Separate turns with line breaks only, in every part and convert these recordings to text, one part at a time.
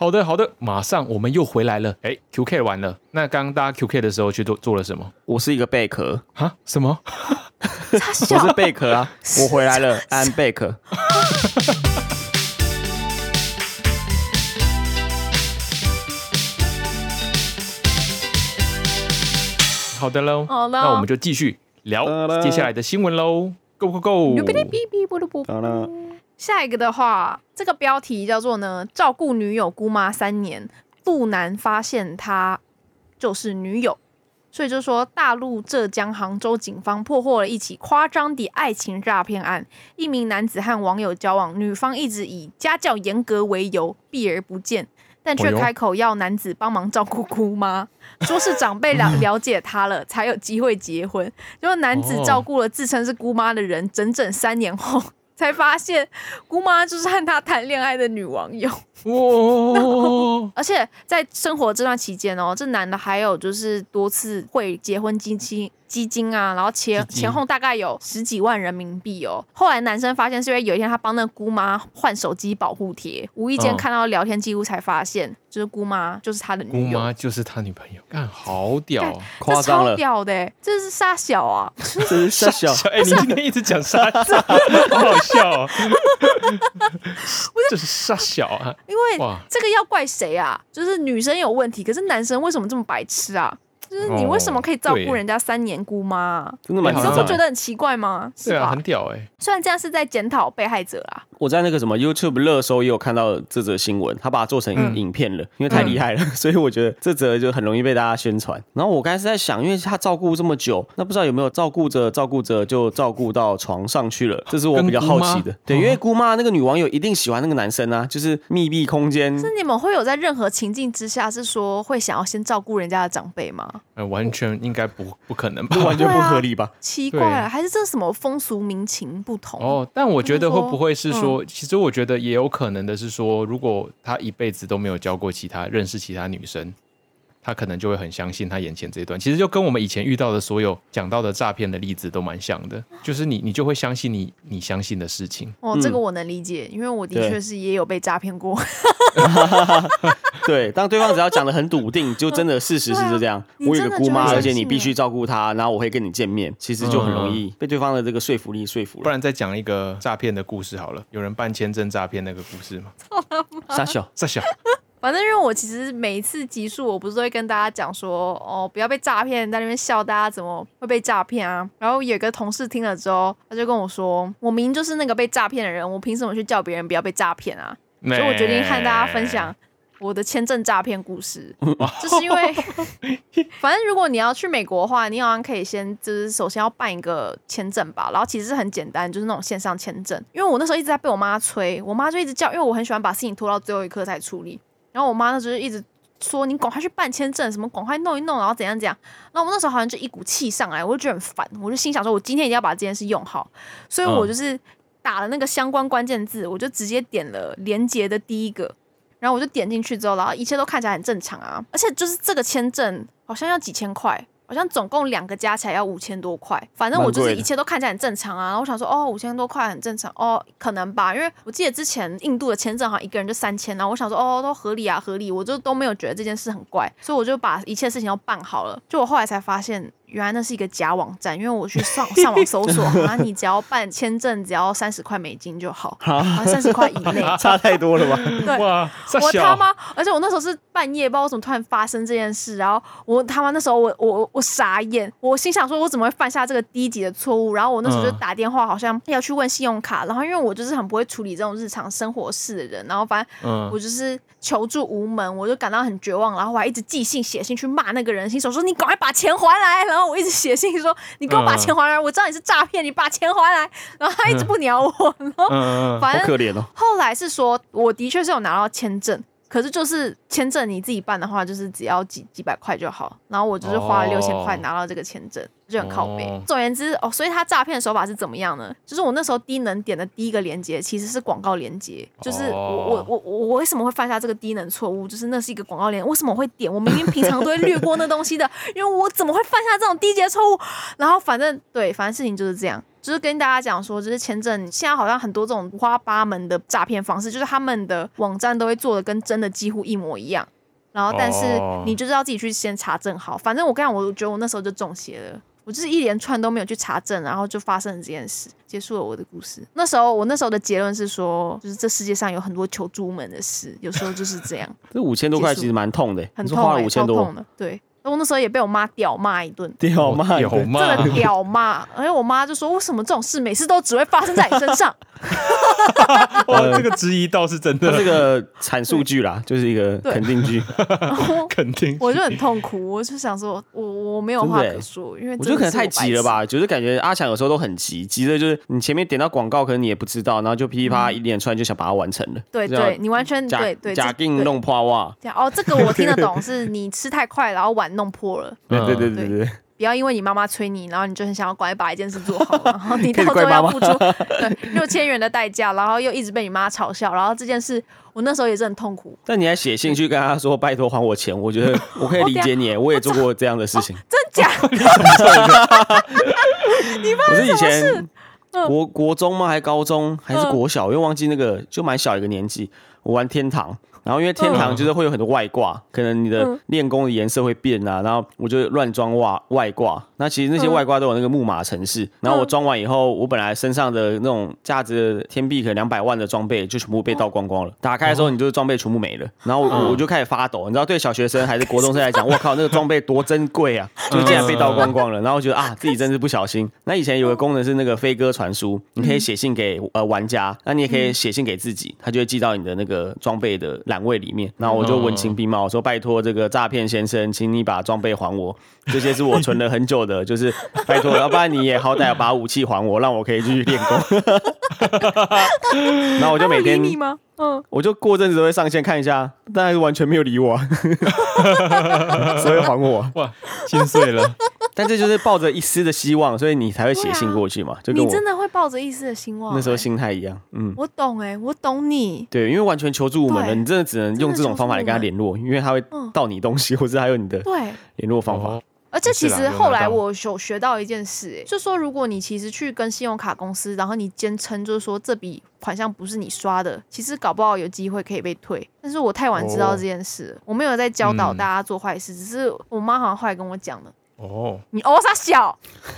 好的，马上我们又回来了。QK 完了，那刚刚大家 QK 的时候去做了什么？
我是一个贝壳
啊？什么？
我是贝壳啊！我回来了，安贝壳。
好的喽，那我们就继续聊接下来的新闻喽。Go go go！
好了，
下一个的话，这个标题叫做呢，照顾女友姑妈3年，肚男发现他就是女友。所以就说，大陆浙江杭州警方破获了一起夸张的爱情诈骗案。一名男子和网友交往，女方一直以家教严格为由避而不见，但却开口要男子帮忙照顾姑妈，说是长辈了解他了，才有机会结婚。结果男子照顾了自称是姑妈的人，整整3年后，才发现姑妈就是和他谈恋爱的女网友。而且在生活这段期间哦，这男的还有就是多次汇结婚基金啊，然后前后大概有10几万人民币哦。后来男生发现是因为有一天他帮那姑妈换手机保护贴，无意间看到聊天记录才发现，就是姑妈就是他的女友，
姑妈就是他女朋友，干好屌啊，
夸张了，
这超屌的，这是杀小啊，
这是杀小。
你今天一直讲杀小，好好笑哦。这是杀小啊，
因为这个要怪谁啊？就是女生有问题，可是男生为什么这么白痴啊？就是你为什么可以照顾人家3年姑妈？
真的蛮
你都不觉得很奇怪吗？
对啊，很屌
虽然这样是在检讨被害者啦。
我在那个什么 YouTube 热搜也有看到这则新闻，他把它做成影片了，因为太厉害了，所以我觉得这则就很容易被大家宣传。然后我刚才是在想，因为他照顾这么久，那不知道有没有照顾着就照顾到床上去了，这是我比较好奇的。对，因为姑妈那个女网友一定喜欢那个男生啊，就是密闭空间。
是你们会有在任何情境之下是说会想要先照顾人家的长辈吗？
完全应该不可能吧，
完全不合理吧？
奇怪了，还是这什么风俗民情不同？
但我觉得会不会是说，其实我觉得也有可能的是说，如果他一辈子都没有交过认识其他女生，他可能就会很相信他眼前这一段。其实就跟我们以前遇到的所有讲到的诈骗的例子都蛮像的，就是你就会相信你相信的事情。
这个我能理解，因为我的确是也有被诈骗过。
对，当对方只要讲得很笃定，就真的事实是这样。我有个姑妈，而且你必须照顾她，然后我会跟你见面，其实就很容易被对方的这个说服力说服了。
不然再讲一个诈骗的故事好了，有人办签证诈骗那个故事吗？
傻小。
反正因为我其实每一次集数，我不是都会跟大家讲说，不要被诈骗，在那边笑大家怎么会被诈骗啊。然后有个同事听了之后，他就跟我说，我明明就是那个被诈骗的人，我凭什么去叫别人不要被诈骗啊？所以我决定和大家分享我的签证诈骗故事。就是因为反正如果你要去美国的话，你好像可以先就是首先要办一个签证吧，然后其实是很简单，就是那种线上签证。因为我那时候一直在被我妈催，我妈就一直叫，因为我很喜欢把事情拖到最后一刻才处理。然后我妈那时候就一直说，你赶快去办签证，什么赶快弄一弄，然后怎样怎样。然后我那时候好像就一股气上来，我就觉得很烦，我就心想说，我今天一定要把这件事用好。所以我就是打了那个相关关键字，我就直接点了连结的第一个，然后我就点进去之后，然后一切都看起来很正常啊，而且就是这个签证好像要几千块。好像总共2个加起来要5000多块，反正我就是一切都看起来很正常啊。然后我想说，5000多块很正常可能吧，因为我记得之前印度的签证好像一个人就3000，然后我想说都合理啊，合理，我就都没有觉得这件事很怪，所以我就把一切事情都办好了。就我后来才发现，原来那是一个假网站，因为我去上网搜索，你只要办签证只要30块美金就好，30块以内，
差太多了吧？
对，我他妈，而且我那时候是半夜，不知道为什么突然发生这件事，然后我他妈那时候我傻眼，我心想说，我怎么会犯下这个低级的错误？然后我那时候就打电话，好像要去问信用卡，然后因为我就是很不会处理这种日常生活事的人，然后反正我就是求助无门，我就感到很绝望，然后我还一直寄信写信去骂那个人，心说你赶快把钱还来，然后我一直写信说你给我把钱还来，我知道你是诈骗，你把钱还来，然后他一直不鸟我，然后反正
好可怜哦。
后来是说我的确是有拿到签证。可是就是签证你自己办的话，就是只要几百块就好。然后我就是花了6000块拿到这个签证，就很靠北。总而言之，所以他诈骗的手法是怎么样呢？就是我那时候低能点的第一个连结其实是广告连结，就是我为什么会犯下这个低能错误？就是那是一个广告连，为什么我会点？我明明平常都会略过那东西的，因为我怎么会犯下这种低级的错误？然后反正事情就是这样。 就是跟大家讲说，就是前阵现在好像很多这种五花八门的诈骗方式，就是他们的网站都会做的跟真的几乎一模一样，然后但是你就是要自己去先查证好。反正我跟你讲，我觉得我那时候就中邪了。我就是一连串都没有去查证，然后就发生了这件事，结束了我的故事。我那时候的结论是说，就是这世界上有很多求助无门的事，有时候就是这样。
这5000多块其实蛮痛的，
很痛
花了5000多，
超痛的。对，我那时候也被我妈屌骂一顿，
屌骂，
真的屌骂。而且我妈就说：“为什么这种事每次都只会发生在你身上？”
这个质疑倒是真的，
这个阐述句啦，就是一个肯定句，
肯定。
我就很痛苦，我就想说，我没有话可说，因为
我觉得可能太急了吧，就是感觉阿强有时候都很急，急的就是你前面点到广告，可能你也不知道，然后就噼里啪啦一连串就想把它完成了。
对对，你完全对对，
假定弄破袜。
哦，这个我听得懂，是你吃太快，然后碗弄破了。
对。
不要因为你妈妈催你，然后你就很想要赶快把一件事做好，然后你到时候要付出6000元的代价，然后又一直被你妈嘲笑，然后这件事我那时候也是很痛苦。
但你还写信去跟他说拜托还我钱，我觉得我可以理解你，我也做过这样的事情。
真假？
你怎么做的？
你发生什么事？
我是以前国中吗？还是高中？还是国小？我又忘记那个，就蛮小一个年纪，我玩天堂。然后因为天堂就是会有很多外挂，可能你的练功的颜色会变啊，然后我就乱装外挂。那其实那些外挂都有那个木马程式，然后我装完以后，我本来身上的那种价值天币可能200万的装备就全部被盗光光了。打开的时候，你就是装备全部没了，然后我就开始发抖。你知道，对小学生还是国中生来讲，我靠，那个装备多珍贵啊，就竟然被盗光光了。然后我觉得自己真是不小心。那以前有个功能是那个飞鸽传书，你可以写信给玩家，那你也可以写信给自己，他就会寄到你的那个装备的栏位里面。然后我就文情并茂说：“拜托这个诈骗先生，请你把装备还我，这些是我存了很久的，就是拜托，要不然你也好歹要把武器还我，让我可以继续练功。”然后我就每天，我就过阵子都会上线看一下，但还是完全没有理我，所以还我。
哇，心碎了。
但这就是抱着一丝的希望，所以你才会写信过去嘛。就跟我
你真的会抱着一丝的希望，
那时候心态一样。
我懂我懂你。
对，因为完全求助无门了，你真的只能用这种方法来跟他联络，因为他会盗你东西，或者还有你的联络方法。
而且其实后来我有学到一件事，就是说如果你其实去跟信用卡公司，然后你坚称就是说这笔款项不是你刷的，其实搞不好有机会可以被退。但是我太晚知道这件事，我没有在教导大家做坏事，只是我妈好像后来跟我讲的。你啥小？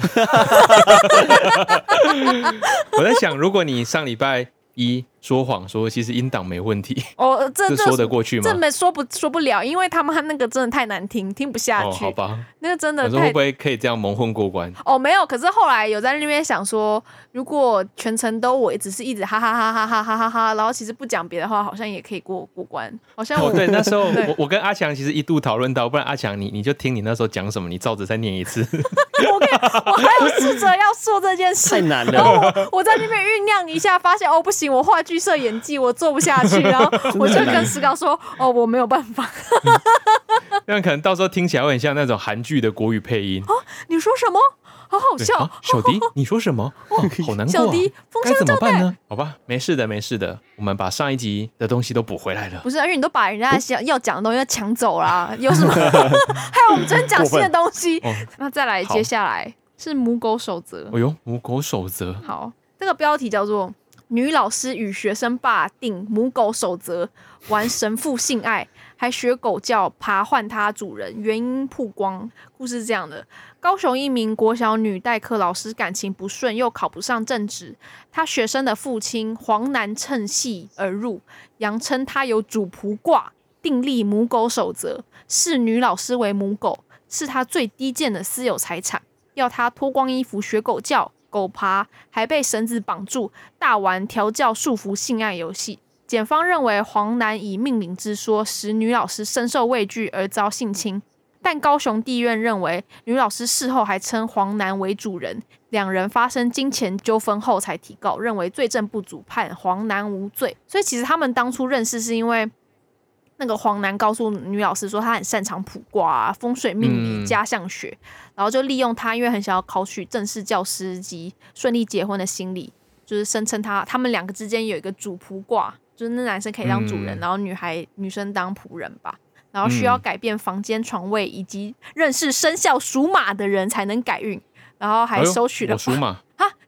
我在想，如果你上礼拜一说谎说其实音档没问题，
这
说得过去吗？
这说不了，因为他们那个真的太难听，听不下去。
好吧，
那个真的
太……会不会可以这样蒙混过关？
没有。可是后来有在那边想说，如果全程都我只是一直哈哈哈哈哈哈哈哈，然后其实不讲别的话，好像也可以过关。好像
对，那时候我跟阿强其实一度讨论到，不然阿强你就听你那时候讲什么，你照着再念一次。
我还有试着要做这件事，
太难了。
然后我在那边酝酿一下，发现不行，我话剧社演技我做不下去，然后我就跟石刚说，我没有办法。
那可能到时候听起来会很像那种韩剧的国语配音。
你说什么？好好笑。
小迪，你说什么？好难过。
小迪，
该怎么办呢？好吧，没事的，我们把上一集的东西都补回来了。
不是，因为你都把人家要讲的东西抢走了，有什么？还有我们昨天讲新的东西。那再来，接下来是母狗守则。
母狗守则。
好，这个标题叫做“女老师与学生霸定母狗守则，玩神父性爱，还学狗叫爬换他主人，原因曝光”。故事是这样的：高雄一名国小女代课老师感情不顺，又考不上正职，她学生的父亲黄男趁隙而入，扬称他有主仆卦，订立母狗守则，视女老师为母狗，是他最低贱的私有财产，要他脱光衣服学狗叫。狗爬，还被绳子绑住，大玩调教束缚性爱游戏。检方认为黄男以命令之说使女老师深受畏惧而遭性侵，但高雄地院认为女老师事后还称黄男为主人，两人发生金钱纠纷后才提告，认为罪证不足，判黄男无罪。所以其实他们当初认识是因为那个黄男告诉女老师说他很擅长卜卦风水命理、家相学，然后就利用他因为很想要考取正式教师及顺利结婚的心理，就是声称他们两个之间有一个主仆卦，就是那男生可以当主人，然后女生当仆人吧，然后需要改变房间床位以及认识生肖属马的人才能改运，然后还收取了
我属马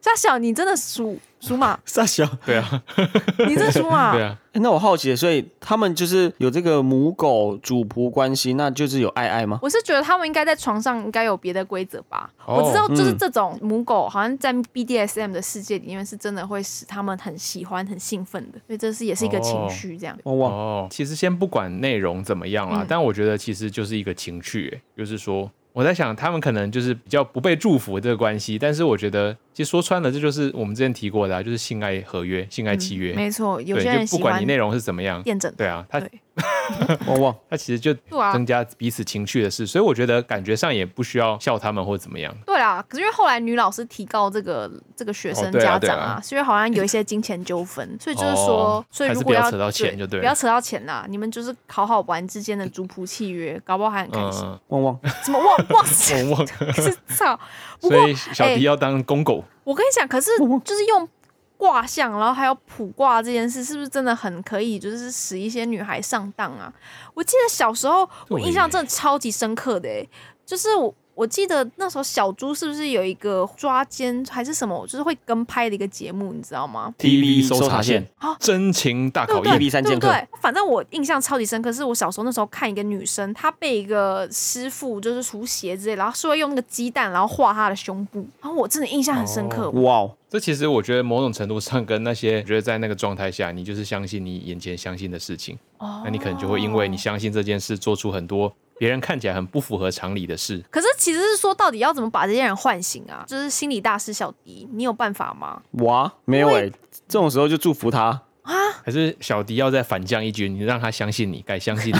大小你真的属马？
傻小，
对啊，
你真的属马？
对啊，
那我好奇，所以他们就是有这个母狗主仆关系，那就是有爱吗？
我是觉得他们应该在床上应该有别的规则吧。
哦
我知道就是这种母狗好像在 BDSM 的世界里面是真的会使他们很喜欢、很兴奋的，所以这是也是一个情绪这样。
汪汪，
哦，其实先不管内容怎么样啦，但我觉得其实就是一个情趣，就是说。我在想，他们可能就是比较不被祝福这个关系，但是我觉得，其实说穿了，这就是我们之前提过的就是性爱合约、性爱契约。
没错，有些
对，就不
人喜欢
管你内容是怎么样，
验证。
对啊，他
对
汪汪，
他其实就增加彼此情趣的事，所以我觉得感觉上也不需要笑他们或怎么样。
对啦，可是因为后来女老师提告这个学生家长啊，是因为好像有一些金钱纠纷，所以就是说，所以如果
还是不要扯到钱就对了，
不要扯到钱啦，你们就是好好玩之间的主仆契约，搞不好还很开心。
汪汪，
什么汪
汪？
是操！
所以小迪要当公狗。
我跟你讲，可是就是用卦象，然后还有卜卦这件事，是不是真的很可以，就是使一些女孩上当啊？我记得小时候，我印象真的超级深刻的，就是我记得那时候小猪是不是有一个抓奸还是什么，就是会跟拍的一个节目，你知道吗
？TV 搜查线，
真情大考验
，TV 3剑客。
对，反正我印象超级深刻，是我小时候那时候看一个女生，她被一个师傅就是除鞋之类，然后是会用那个鸡蛋，然后画她的胸部，然后我真的印象很深刻。
哇，
这其实我觉得某种程度上跟那些觉得在那个状态下，你就是相信你眼前相信的事情，那你可能就会因为你相信这件事，做出很多别人看起来很不符合常理的事。
可是其实是说，到底要怎么把这些人唤醒啊？就是心理大师小迪，你有办法吗？
哇，没有这种时候就祝福他
啊！
还是小迪要再反将一军，你让他相信你，改相信你。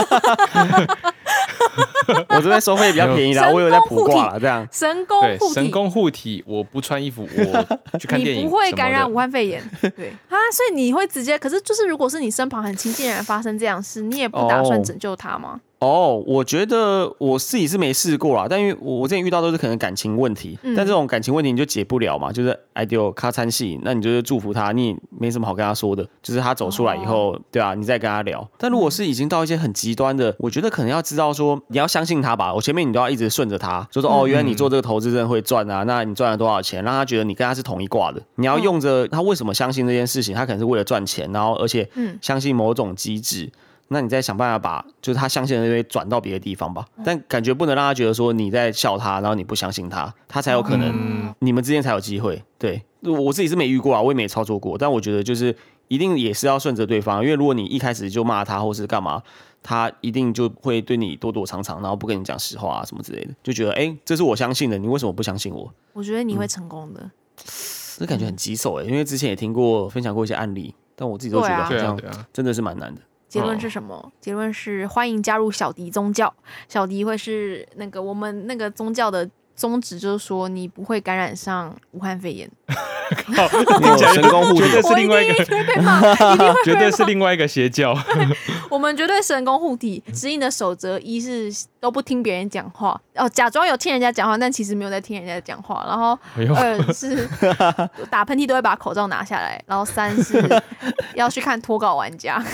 我这边收费比较便宜啦，我有在卜卦啦，这样。
神功护体，
神功护体，我不穿衣服，我去看电影，
你不会感染武汉肺炎，对啊，所以你会直接。可是就是，如果是你身旁很亲近的人发生这样的事，你也不打算拯救他吗？
我觉得我自己是没试过啦，但因为我之前遇到都是可能感情问题，但这种感情问题你就解不了嘛，就是 ideal 咔参戏，那你就是祝福他，你也没什么好跟他说的，就是他走出来以后，对啊，你再跟他聊。但如果是已经到一些很极端的，我觉得可能要知道说你要相信他吧，我前面你都要一直顺着他，就说原来你做这个投资真的会赚啊，那你赚了多少钱，让他觉得你跟他是同一挂的，你要用着他为什么相信这件事情，他可能是为了赚钱，然后而且相信某种机制。那你再想办法把就是他相信的那些转到别的地方吧，但感觉不能让他觉得说你在笑他，然后你不相信他，他才有可能你们之间才有机会。对，我自己是没遇过啊，我也没操作过，但我觉得就是一定也是要顺着对方，因为如果你一开始就骂他或是干嘛，他一定就会对你躲躲藏藏，然后不跟你讲实话啊什么之类的，就觉得这是我相信的，你为什么不相信我？
我觉得你会成功的，
这感觉很棘手因为之前也听过分享过一些案例，但我自己都觉得好像真的是蛮难的。
结论是什么？结论是欢迎加入小迪宗教。小迪会是那个我们那个宗教的宗旨，就是说你不会感染上武汉肺炎。
你有神功护体，
绝对是另外一个，绝对是另外一个邪教。
我们绝对神功护体。指引的守则一是都不听别人讲话，假装有听人家讲话，但其实没有在听人家讲话。然后2是打喷嚏都会把口罩拿下来。然后3是要去看脱稿玩家。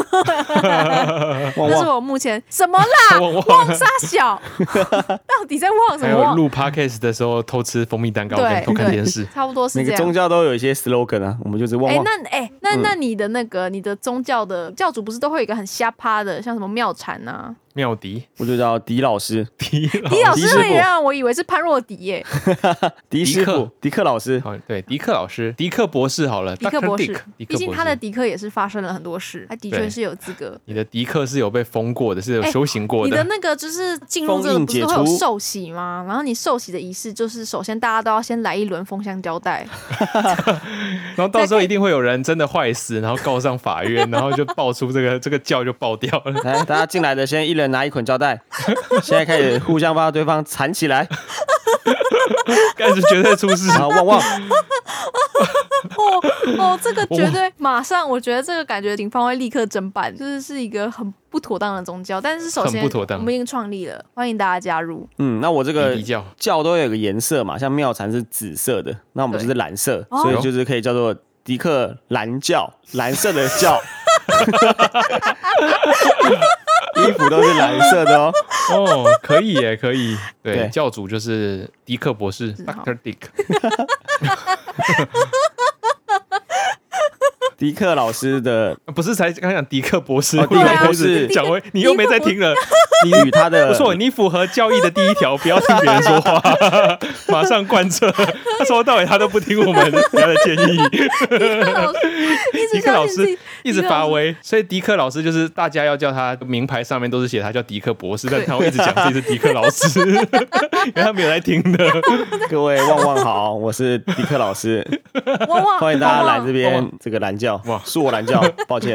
这是我目前什么啦？妄杀小，到底在妄什么？
还有录 podcast 的时候偷吃蜂蜜蛋糕，跟偷看电视，
差不多是这样。
每个宗教都有一些 slogan 啊，我们就是汪汪。
那你的那个你的宗教的教主不是都会有一个很瞎趴的，像什么妙禅啊？
妙迪，
我就叫迪老师。
迪老师会让我以为是潘若迪耶。
迪师傅，迪克老师。
对，迪克老师，迪克博士好了。
迪克博士，毕竟他的迪克也是发生了很多事，他的确是有资格。
你的迪克是有被封过的，是有修行过的。
你的那个就是进入这个不是会有受洗吗？然后你受洗的仪式就是首先大家都要先来一轮封箱胶带，
然后到时候一定会有人真的坏死，然后告上法院，然后就爆出这个教就爆掉了。
来，大家进来的先一人拿一捆胶带，现在开始互相把对方缠起来，
开始绝对出事。
然后汪汪。
这个绝对马上，我觉得这个感觉警方会立刻侦办，就是一个很不妥当的宗教。但是首先我们已经创立了，欢迎大家加入。
那我这个教都有个颜色嘛，像妙禅是紫色的，那我们就是蓝色，所以就是可以叫做迪克蓝教，蓝色的教。衣服都是蓝色的哦。
哦，可以耶，可以。对，
对
教主就是迪克博士 ，Dr. Dick。
迪克老师的
不是才刚讲迪克博士，
哦迪克博士
讲回你又没在听了。
你与他的
不错，你符合教义的第一条，不要听别人说话，马上贯彻。他从头到尾他都不听我们给他的建议。迪克老师一直发威，所以迪克老师就是大家要叫他名牌上面都是写他叫迪克博士，但他会一直讲自己是迪克老师，因为他没有在听的。
各位旺旺好，我是迪克老师，
汪汪，
欢迎大家来这
汪
边
汪
这个蓝教，
哇
恕我蓝教，抱歉。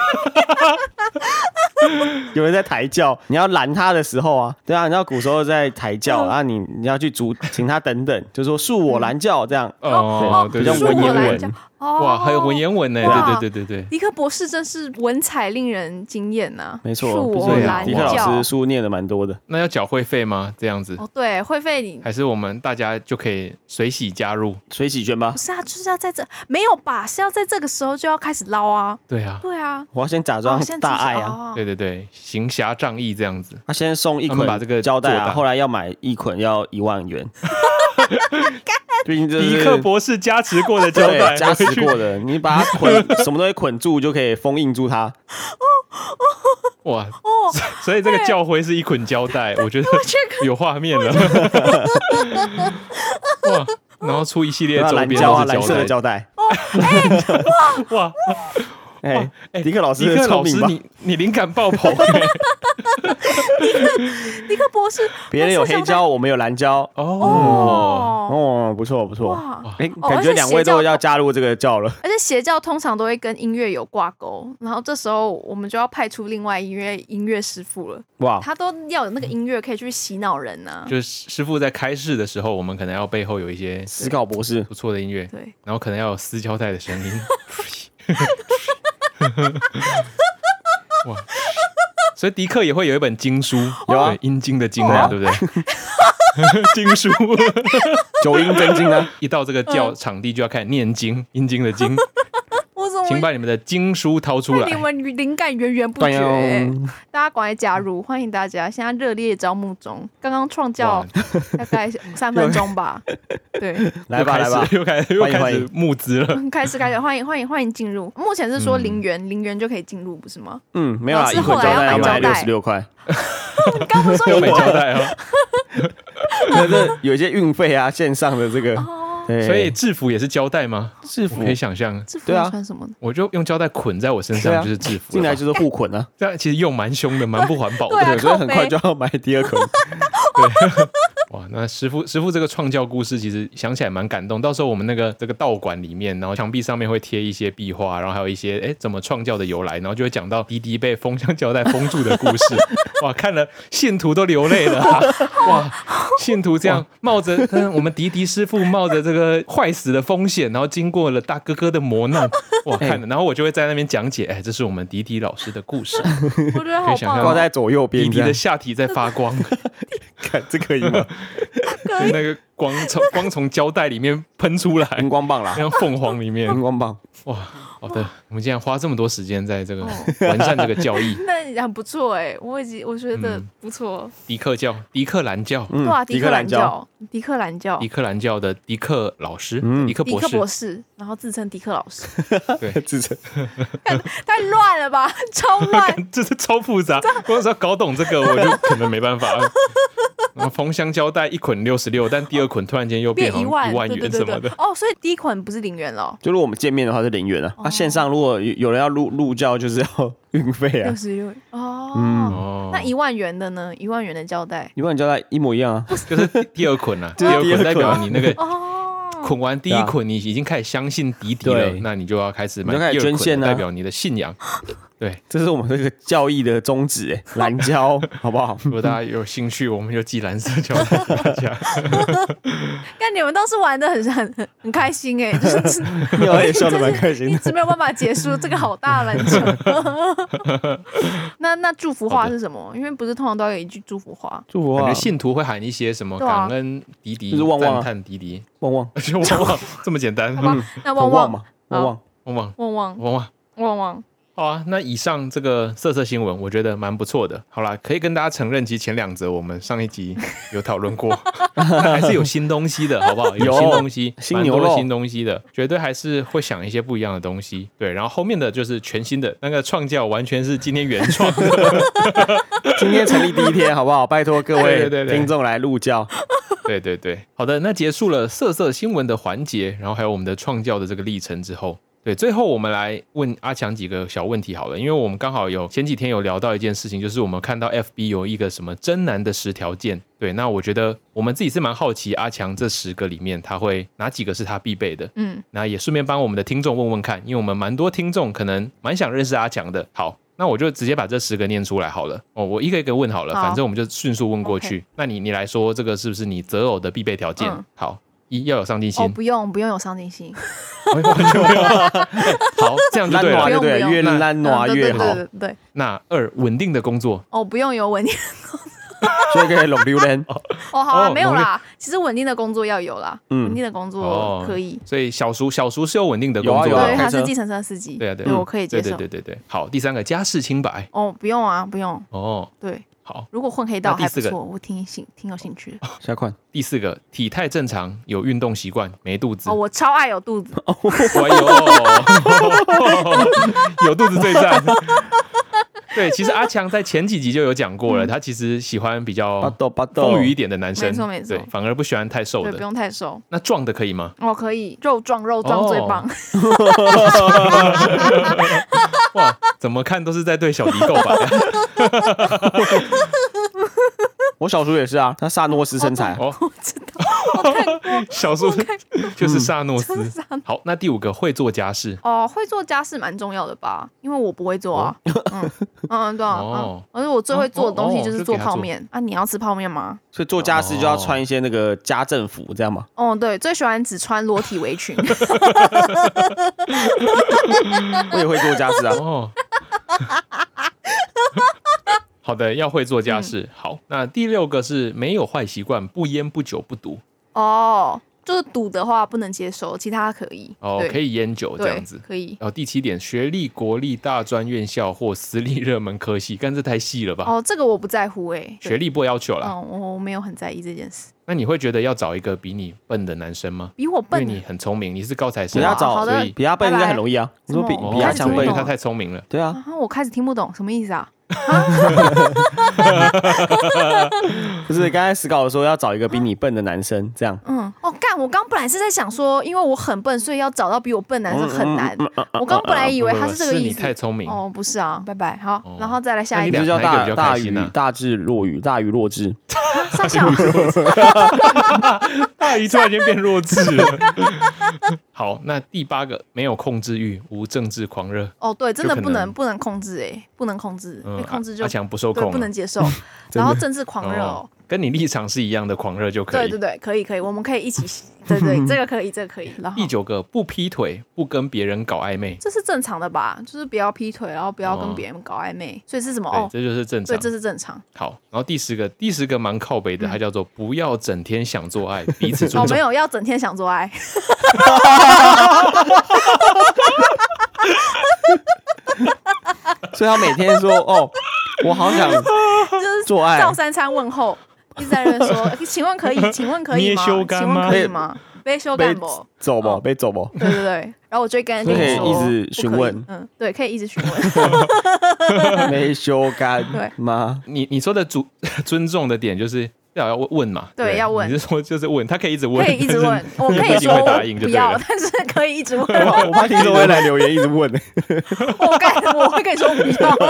有人在抬轿，你要拦他的时候啊，对啊，你知道古时候在抬轿，然后你要去请他等等，就说恕我蓝教这样，
哦，对，
比较
对
文言文。
哇，还有文言文呢，
哇
对对对对对。
迪克博士真是文采令人惊艳呐！
没错，
恕我
对啊
蓝
迪克老
教
师书念的蛮多的。
那要缴会费吗？这样子，
哦，对，会费你
还是我们大家就可以随喜加入？
水洗圈吧
不，是啊，就是要在这没有吧？是要在这个时候就要开始捞啊！
对啊，
对啊，
我要先假装
现在
大爱啊。
哦
对对对，行侠仗义这样子。
他先送一
他们把这个
捆胶带啊，
做大
后来要买一捆要1万元。毕竟这是
迪克博士加持过的胶带，
对加持过的，你把它什么东西捆住就可以封印住它。
哇！
哦，
所以这个教徽是一捆胶带，我觉得有画面了。哇！然后出一系列周边
蓝胶啊，
都是
蓝色的
胶带。
胶带。
哇！
哎，
哎
迪克老师
迪克老师
聪明吧？
你灵感爆棚
迪克博士，
别人有黑胶，我们有蓝胶。
哦！
哦，
哦，不错不错。
哇！
哎，
哦
感觉两位都要加入这个教了。
而且邪教通常都会跟音乐有挂钩，然后这时候我们就要派出另外音乐师傅了，
哇，
他都要有那个音乐可以去洗脑人呐、
就是师傅在开示的时候，我们可能要背后有一些
思考博士
不错的音乐，
对，
然后可能要有撕胶带的声音。哇！所以迪克也会有一本经书，
有啊
对阴经的经嘛，对不对？经书
九阴真经啊，
一到这个教场地就要开始念经，阴经的经，
我怎么
请把你们的经书掏出来。
你们灵感源源不
断
绝、
哟
大家赶快加入，欢迎大家！现在热烈招募中，刚刚创教
哇
大概3分钟吧，对，
来吧来吧，
又开始
欢迎
募资了。
开始，欢迎进入。目前是说0元就可以进入，不是吗？
嗯，没有啦，
老师
一捆胶带要买
后来要买胶带
66块，
你刚不是说
又没胶带哦，
那这有一些运费啊，线上的这个，
哦，
对
所以制服也是胶带吗？
制服
我可以想象，
制服
对啊
要穿什么呢？
我就用胶带捆在我身
对啊
上，就是制服了吧。
进来就是互捆啊，
这样其实用蛮凶的，蛮不环保的。
对啊
对，所以很
靠背
快就要买第二捆。
哇，那师傅这个创教故事，其实想起来蛮感动。到时候我们这个道馆里面，然后墙壁上面会贴一些壁画，然后还有一些怎么创教的由来，然后就会讲到滴滴被封箱胶带封住的故事。哇，看了信徒都流泪了、啊。哇，信徒这样冒着我们迪师傅冒着这个坏死的风险，然后经过了大哥哥的磨难，哇，看了，然后我就会在那边讲解，这是我们迪老师的故事。
我觉得好
可以想象
棒哦，
挂在左右边
迪
这样，
的下体在发光。
看这可以吗？
就那个光从胶带里面喷出来，
荧光棒啦，
像凤凰里面。
荧光棒。
哇，好的，我们竟然花这么多时间在这个
哦
完善这个教义，
那很不错哎，我觉得
嗯
不错。
迪克教、迪克兰教、
嗯
对啊，
迪克兰教，
教，迪克兰教
迪，克兰教的迪克老师、
嗯
迪克
迪克博士，
博士，然后自称迪克老师，
对，
自称
太乱了吧，超乱。
这是超复杂。光是要搞懂这个，我就可能没办法了。然后封箱胶带一捆66，但第二捆突然间又变
变
好像
1万，
1万
对对
元什么的。
对对。哦，所以第一款不是0元了哦，
就如果我们见面的话是0元啊，那线上如果有人要入教，就是要运费啊。
66哦。
哦，
那1万元的呢？1万元的胶带
1万胶带一模一样啊，
就是第二捆啊，第
就是
二捆代表你那个
哦，
捆完第一捆，你已经开始相信迪了
对，
那你就要开始买
你就开始
第二捆，
捐献啊
代表你的信仰。对，
这是我们这个教义的宗旨，哎，蓝胶好不好？
如果大家有兴趣，我们就寄蓝色胶带给大家。
但你们倒是玩的很开心哎，就是
我也笑得蛮开心的。
一直没有办法结束这个好大的篮球。那祝福话是什么？因为不是通常都要有一句祝福话。
祝福啊
感觉，信徒会喊一些什么
对啊
感恩迪迪、
就是旺旺啊
赞叹迪迪，
旺旺
就旺旺这么简单。
好吧，那
很
旺旺
旺嘛，旺旺
旺旺
旺旺
旺旺，
旺旺，
好啊，那以上这个色色新闻，我觉得蛮不错的。好啦，可以跟大家承认，其实前2则我们上一集有讨论过，还是有新东西的，好不好？有新东西，
新牛肉，
蛮多新东西的，绝对还是会想一些不一样的东西。对，然后后面的就是全新的那个创教，完全是今天原创的。
今天成立第1天，好不好？拜托各位听众来入教。
对，好的，那结束了色色新闻的环节，然后还有我们的创教的这个历程之后。对，最后我们来问阿强几个小问题好了，因为我们刚好前几天有聊到一件事情，就是我们看到 FB 有一个什么真男的10条件。对，那我觉得我们自己是蛮好奇阿强这10个里面他会哪几个是他必备的。那也顺便帮我们的听众问问看，因为我们蛮多听众可能蛮想认识阿强的。好，那我就直接把这10个念出来好了。我一个一个问好了，反正我们就迅速问过去。Okay. 那你来说这个是不是你择偶的必备条件？好。1要有上进心，
不用有上进心，
完全不用。好，这样就对了，
对不对？越懒惰越好。
对。
那2稳定的工作，
不用有稳定的工作，
所以可以弄榴莲。
好啊，没有啦。其实稳定的工作要有啦，稳定的工作可以。
所以小叔是有稳定的工作，
对，他是计程车司机，
对，
我可以接受。
对。好，第3个家世清白，
不用啊，不用。对。
好，
如果混黑道还不错，我挺有兴趣的。
下款
第4个体态正常，有运动习惯，没肚子。
我超爱有肚子。
哎呦，有肚子最赞。对，其实阿强在前几集就有讲过了，他其实喜欢比较丰腴一点的男生，
没错，
对，反而不喜欢太瘦的，
对，不用太瘦。
那壮的可以吗？
可以，肉壮最棒。
哇，怎么看都是在对小迪告白啊！
我小叔也是啊，他萨诺斯身材。
我知道，我看过。
小叔就是萨诺斯。好，那第5个会做家事。
会做家事蛮重要的吧？因为我不会做啊。对啊。而且我最会做的东西就是做泡面啊！你要吃泡面吗？
所以做家事就要穿一些那个家政服，这样吗？
对，最喜欢只穿裸体围裙。
我也会做家事啊。
好的，要会做家事。好，那第6个是没有坏习惯，不烟不酒不赌。
就是赌的话不能接受，其他可以。
可以烟酒这样子，
可以。
第7点，学历国立大专院校或私立热门科系，但这太细了吧？
这个我不在乎
学历不要求啦。
我没有很在意这件事。
那你会觉得要找一个比你笨的男生吗？
比我笨？
因为你很聪明，你是高材生，
不要找，
所以
比他笨应该很容易啊。你说比他强笨，
因为他太聪明了。
对啊。
我开始听不懂什么意思啊？
不是，刚才史稿说要找一个比你笨的男生，这样。
我刚本来是在想说，因为我很笨，所以要找到比我笨的男生很难。我刚本来以为他是这个意思。
是你太聪明。
不是啊，拜拜。好，然后再来下一
个。就叫大智若愚，大愚弱智。
傻笑。
大愚突然间变弱智了。好，那第8个没有控制欲，无政治狂热。
对，真的不能控制不能控制，控制就
阿强不受控，
不能接受。然后政治狂热
跟你立场是一样的狂热就可以。
对，可以，我们可以一起。对，这个可以。然后
第9个不劈腿，不跟别人搞暧昧，
这是正常的吧？就是不要劈腿，然后不要跟别人搞暧昧，所以是什么？
这就是正常。
对，这是正常。
好，然后第10个蛮靠北的，它叫做不要整天想做爱，彼此尊重。
没有要整天想做爱。
所以他每天说我好想做爱，
照3餐问候，一直在那边说，请问可以吗？请问可以吗？被修干不？
走不？被走不？
对。然后我就会跟人家说，
可以一直询问。
对，可以一直询问。
没修干吗？
你说的尊重的点就是要问嘛？
对，要问。
你是说就是问，他可以一直问，
可以一直问。我可以说不要，但是可以一直问。
我怕听众会来留言一直问。
我会跟你说不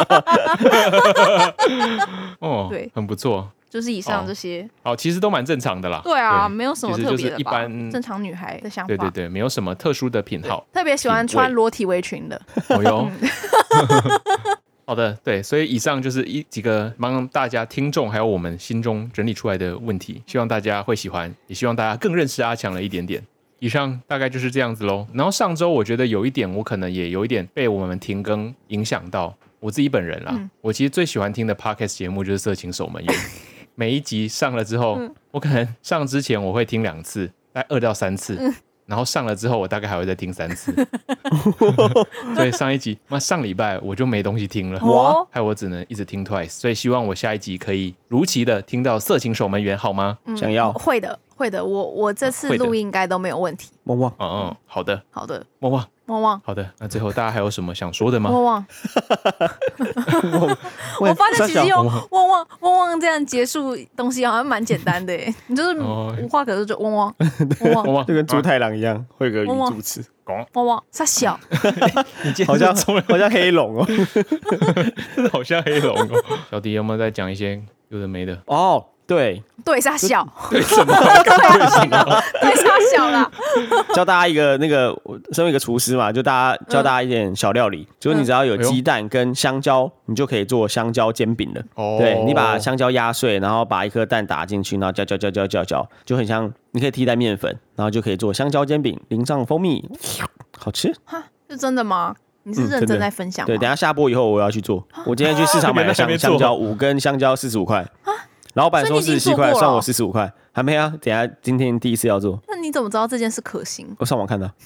要。对，
很不错。
就是以上这些，
其实都蛮正常的啦。
对啊，没有什么特别的吧，
一般
正常女孩的想法。
对，没有什么特殊的品号。
特别喜欢穿裸体围裙的。
好的，对，所以以上就是几个帮大家听众还有我们心中整理出来的问题，希望大家会喜欢，也希望大家更认识阿强了一点点。以上大概就是这样子咯。然后上周我觉得有一点我可能也有一点被我们停更影响到我自己本人啦。我其实最喜欢听的 podcast 节目就是色情守门员。每一集上了之后，我可能上之前我会听2次，大概2到3次， 然后上了之后我大概还会再听3次。所以上一集上礼拜我就没东西听了，
哇，
害我只能一直听 Twice， 所以希望我下一集可以如期的听到色情守门员好吗？
想要
会的，我这次录音应该都没有问题。
汪汪，
好的，
好的，
汪汪，
汪汪，
好的。那最后大家还有什么想说的吗？
汪汪。我发现其实用汪汪汪汪这样结束东西好像蛮简单的耶，你就是无话可说就汪汪汪汪，
就跟猪太郎一样，会有个语助词，
汪汪傻小，
好像黑龙哦，
真的好像黑龙哦。小迪有没有在讲一些有的没的？
哦，对
傻小，
对什么？
对傻小啦。
教大家一个身为一个厨师嘛，就教大家一点小料理，就是你只要有鸡蛋跟香蕉，你就可以做香蕉煎饼了。对，你把香蕉压碎，然后把一颗蛋打进去，然后搅，就很像你可以替代面粉，然后就可以做香蕉煎饼，淋上蜂蜜，好吃。
是真的吗？你是认真在分享吗？
对，等一下下播以后我要去做。我今天去市场买了香蕉5根香蕉45块，老板说47块，算我45块，还没啊？等一下今天第一次要做。
那你怎么知道这件事可行？
我上网看的。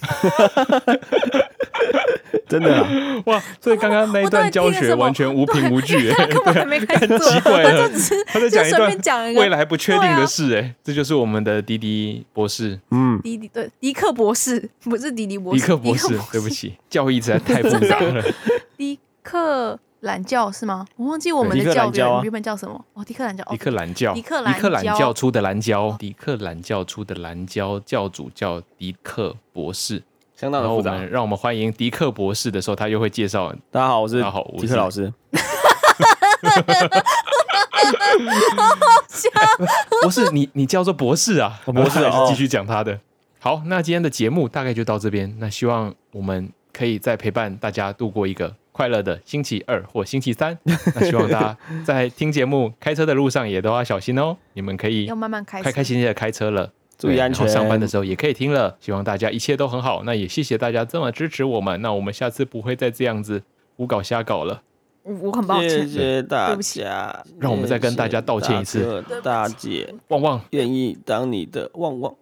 真的啦，
哇！所以刚刚那一段教学完全无凭无据，
根本还没开始做，
奇怪了，他在讲一
段
未来不确定的事，这就是我们的迪迪博士，
迪克博士，不是迪迪博士，
迪克博士，对不起，教义实在太复杂了。
迪克懒觉是吗？我忘记我们的教员原本叫什么。迪克懒觉，
迪克懒觉，迪克懒觉出的蓝胶，迪克懒觉出的蓝胶，教主叫迪克博士。
相当的复杂。
让我们欢迎迪克博士的时候，他又会介绍。
大家好，我是迪克老师。
好好笑！
不是你叫做博士啊，
博士
还是继续讲他的。好，那今天的节目大概就到这边。那希望我们可以再陪伴大家度过一个快乐的星期2或星期3。那希望大家在听节目、开车的路上也都要小心哦。你们可以
要慢慢开，
开心心的开车了。
注意安全，
上班的时候也可以听了。希望大家一切都很好。那也谢谢大家这么支持我们。那我们下次不会再这样子胡搞瞎搞了。
我很抱歉，
谢谢大
对不
家。
让我们再跟大家道歉一次。
大姐，
旺旺
愿意当你的旺旺。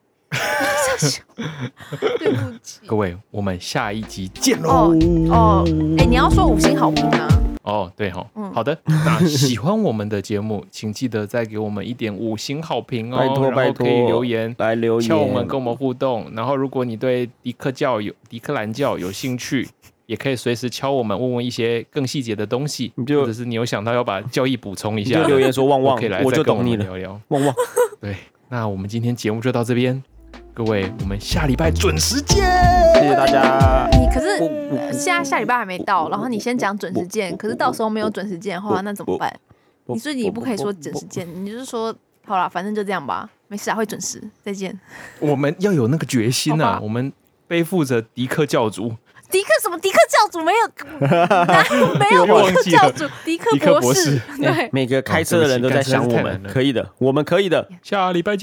对不起，
各位，我们下一集见喽。
你要说5星好评啊。
对哈，好的。那喜欢我们的节目，请记得再给我们一点5星好评哦，
拜托
然后可以留言
来留言，
敲我们跟我们互动。然后如果你对迪克兰教有兴趣，也可以随时敲我们，问问一些更细节的东西，或者是你有想到要把教义补充一下，
就留言说旺旺，
可以来
我就懂你
了，聊聊
旺旺。
对，那我们今天节目就到这边，各位，我们下礼拜准时见，
谢谢大家。
可是现在下礼拜还没到，然后你先讲准时见，可是到时候没有准时见的话，那怎么办？所以你不可以说准时见，你就是说好啦，反正就这样吧，没事啊，会准时，再见。
我们要有那个决心啊，我们背负着迪克教主。
迪克什么？迪克教主没有，没有迪克教主，迪克博士。对，
每个开车的人都在想我们，可以的，我们可以的。
下礼拜见。